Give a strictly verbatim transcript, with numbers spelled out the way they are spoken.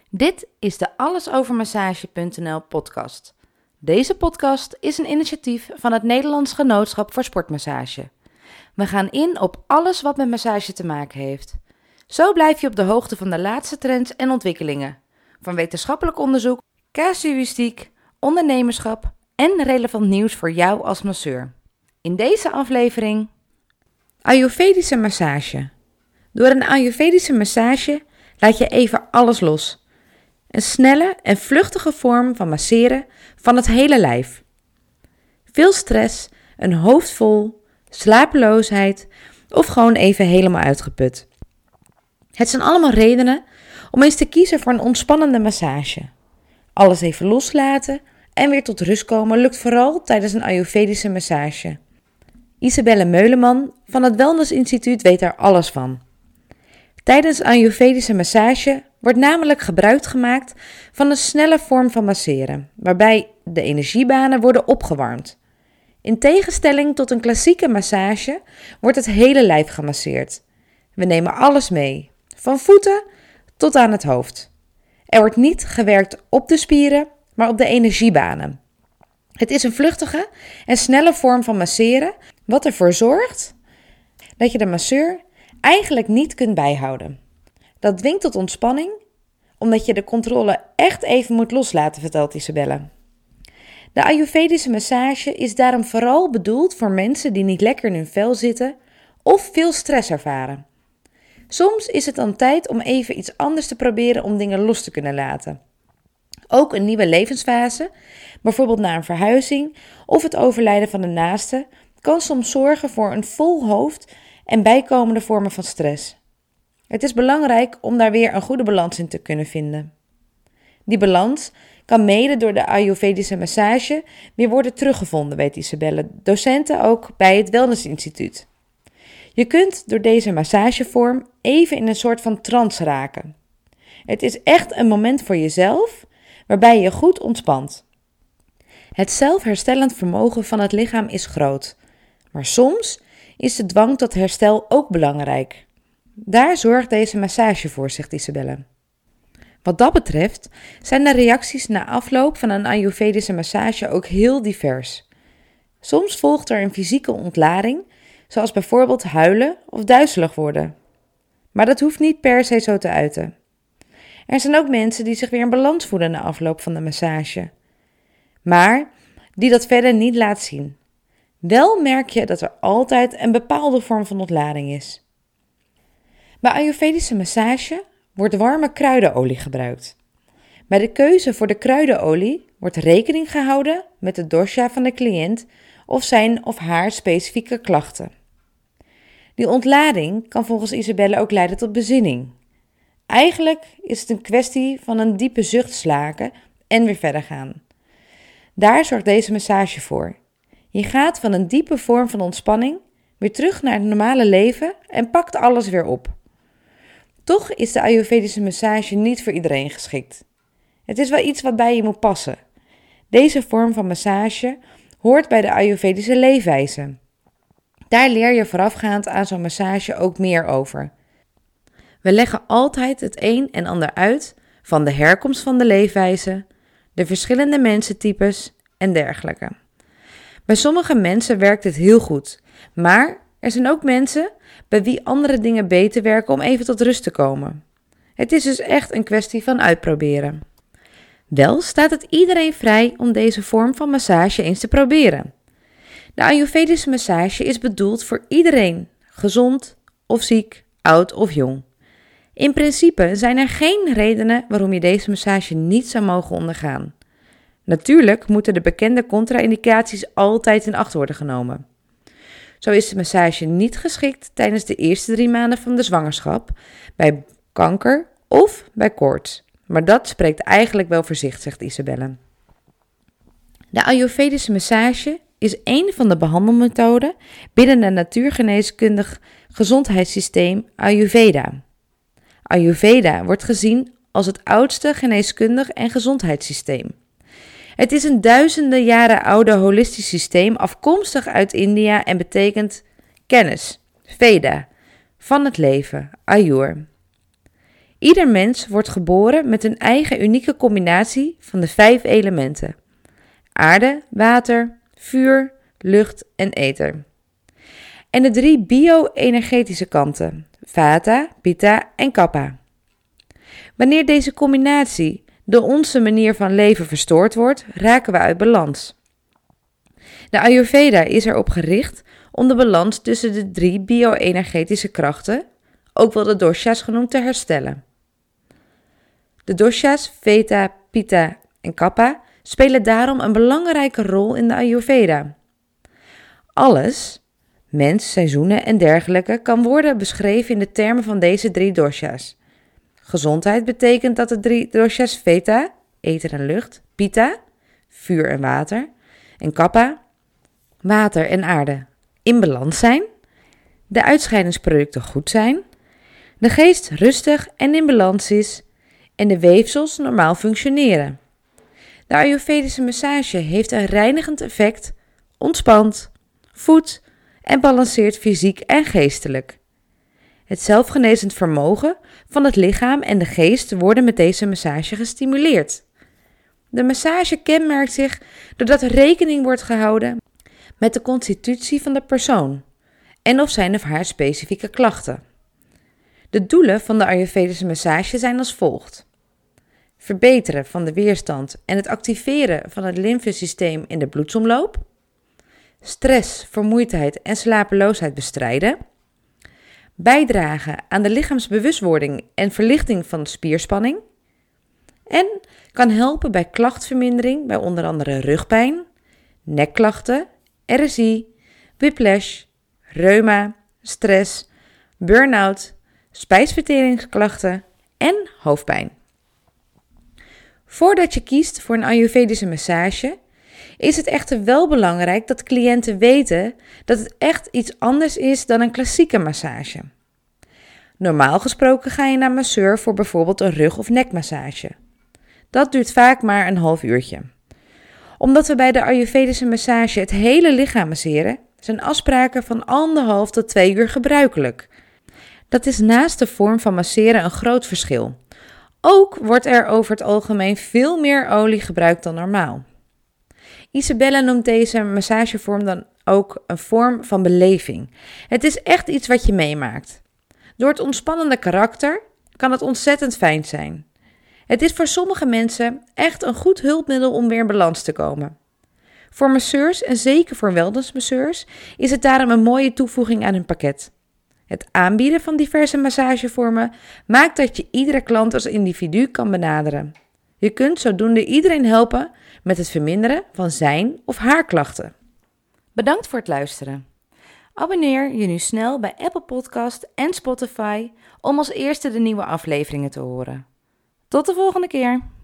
Dit is de allesovermassage punt n l podcast. Deze podcast is een initiatief van het Nederlands Genootschap voor Sportmassage. We gaan in op alles wat met massage te maken heeft. Zo blijf je op de hoogte van de laatste trends en ontwikkelingen. Van wetenschappelijk onderzoek, casuïstiek, ondernemerschap en relevant nieuws voor jou als masseur. In deze aflevering Ayurvedische massage. Door een Ayurvedische massage laat je even alles los. Een snelle en vluchtige vorm van masseren van het hele lijf. Veel stress, een hoofd vol, slapeloosheid of gewoon even helemaal uitgeput. Het zijn allemaal redenen om eens te kiezen voor een ontspannende massage. Alles even loslaten en weer tot rust komen lukt vooral tijdens een Ayurvedische massage. Isabelle Meuleman van het Wellness Instituut weet daar alles van. Tijdens Ayurvedische massage wordt namelijk gebruik gemaakt van een snelle vorm van masseren, waarbij de energiebanen worden opgewarmd. In tegenstelling tot een klassieke massage wordt het hele lijf gemasseerd. We nemen alles mee, van voeten tot aan het hoofd. Er wordt niet gewerkt op de spieren, maar op de energiebanen. Het is een vluchtige en snelle vorm van masseren, wat ervoor zorgt dat je de masseur eigenlijk niet kunt bijhouden. Dat dwingt tot ontspanning, omdat je de controle echt even moet loslaten, vertelt Isabelle. De Ayurvedische massage is daarom vooral bedoeld voor mensen die niet lekker in hun vel zitten of veel stress ervaren. Soms is het dan tijd om even iets anders te proberen om dingen los te kunnen laten. Ook een nieuwe levensfase, bijvoorbeeld na een verhuizing of het overlijden van een naaste, kan soms zorgen voor een vol hoofd en bijkomende vormen van stress. Het is belangrijk om daar weer een goede balans in te kunnen vinden. Die balans kan mede door de Ayurvedische massage weer worden teruggevonden, weet Isabelle, docenten ook bij het Wellness Instituut. Je kunt door deze massagevorm even in een soort van trance raken. Het is echt een moment voor jezelf, waarbij je goed ontspant. Het zelfherstellend vermogen van het lichaam is groot, maar soms is de dwang tot herstel ook belangrijk. Daar zorgt deze massage voor, zegt Isabelle. Wat dat betreft zijn de reacties na afloop van een Ayurvedische massage ook heel divers. Soms volgt er een fysieke ontlading, zoals bijvoorbeeld huilen of duizelig worden. Maar dat hoeft niet per se zo te uiten. Er zijn ook mensen die zich weer in balans voelen na afloop van de massage, maar die dat verder niet laat zien. Wel merk je dat er altijd een bepaalde vorm van ontlading is. Bij Ayurvedische massage wordt warme kruidenolie gebruikt. Bij de keuze voor de kruidenolie wordt rekening gehouden met de dosha van de cliënt of zijn of haar specifieke klachten. Die ontlading kan volgens Isabelle ook leiden tot bezinning. Eigenlijk is het een kwestie van een diepe zucht slaken en weer verder gaan. Daar zorgt deze massage voor. Je gaat van een diepe vorm van ontspanning weer terug naar het normale leven en pakt alles weer op. Toch is de Ayurvedische massage niet voor iedereen geschikt. Het is wel iets wat bij je moet passen. Deze vorm van massage hoort bij de Ayurvedische leefwijze. Daar leer je voorafgaand aan zo'n massage ook meer over. We leggen altijd het een en ander uit van de herkomst van de leefwijze, de verschillende mensentypes en dergelijke. Bij sommige mensen werkt het heel goed, maar er zijn ook mensen bij wie andere dingen beter werken om even tot rust te komen. Het is dus echt een kwestie van uitproberen. Wel staat het iedereen vrij om deze vorm van massage eens te proberen. De Ayurvedische massage is bedoeld voor iedereen, gezond of ziek, oud of jong. In principe zijn er geen redenen waarom je deze massage niet zou mogen ondergaan. Natuurlijk moeten de bekende contra-indicaties altijd in acht worden genomen. Zo is de massage niet geschikt tijdens de eerste drie maanden van de zwangerschap, bij kanker of bij koorts. Maar dat spreekt eigenlijk wel voor zich, zegt Isabelle. De Ayurvedische massage is een van de behandelmethoden binnen het natuurgeneeskundig gezondheidssysteem Ayurveda. Ayurveda wordt gezien als het oudste geneeskundig en gezondheidssysteem. Het is een duizenden jaren oude holistisch systeem afkomstig uit India en betekent kennis, Veda, van het leven, Ayur. Ieder mens wordt geboren met een eigen unieke combinatie van de vijf elementen: aarde, water, vuur, lucht en ether. En de drie bio-energetische kanten, vata, pitta en kapha. Wanneer deze combinatie door onze manier van leven verstoord wordt, raken we uit balans. De Ayurveda is erop gericht om de balans tussen de drie bio-energetische krachten, ook wel de dosha's genoemd, te herstellen. De dosha's, vata, pitta en kapha, spelen daarom een belangrijke rol in de Ayurveda. Alles, mens, seizoenen en dergelijke, kan worden beschreven in de termen van deze drie dosha's. Gezondheid betekent dat de drie dosha's vata, ether en lucht, pitta, vuur en water, en kapha, water en aarde, in balans zijn, de uitscheidingsproducten goed zijn, de geest rustig en in balans is en de weefsels normaal functioneren. De Ayurvedische massage heeft een reinigend effect, ontspant, voedt en balanceert fysiek en geestelijk. Het zelfgenezend vermogen van het lichaam en de geest worden met deze massage gestimuleerd. De massage kenmerkt zich doordat er rekening wordt gehouden met de constitutie van de persoon en of zijn of haar specifieke klachten. De doelen van de Ayurvedische massage zijn als volgt: verbeteren van de weerstand en het activeren van het lymfesysteem in de bloedsomloop, stress, vermoeidheid en slapeloosheid bestrijden, bijdragen aan de lichaamsbewustwording en verlichting van spierspanning en kan helpen bij klachtvermindering bij onder andere rugpijn, nekklachten, R S I, whiplash, reuma, stress, burn-out, spijsverteringsklachten en hoofdpijn. Voordat je kiest voor een Ayurvedische massage, is het echter wel belangrijk dat cliënten weten dat het echt iets anders is dan een klassieke massage. Normaal gesproken ga je naar een masseur voor bijvoorbeeld een rug- of nekmassage. Dat duurt vaak maar een half uurtje. Omdat we bij de Ayurvedische massage het hele lichaam masseren, zijn afspraken van anderhalf tot twee uur gebruikelijk. Dat is naast de vorm van masseren een groot verschil. Ook wordt er over het algemeen veel meer olie gebruikt dan normaal. Isabella noemt deze massagevorm dan ook een vorm van beleving. Het is echt iets wat je meemaakt. Door het ontspannende karakter kan het ontzettend fijn zijn. Het is voor sommige mensen echt een goed hulpmiddel om weer in balans te komen. Voor masseurs en zeker voor wellnessmasseurs is het daarom een mooie toevoeging aan hun pakket. Het aanbieden van diverse massagevormen maakt dat je iedere klant als individu kan benaderen. Je kunt zodoende iedereen helpen met het verminderen van zijn of haar klachten. Bedankt voor het luisteren. Abonneer je nu snel bij Apple Podcast en Spotify om als eerste de nieuwe afleveringen te horen. Tot de volgende keer!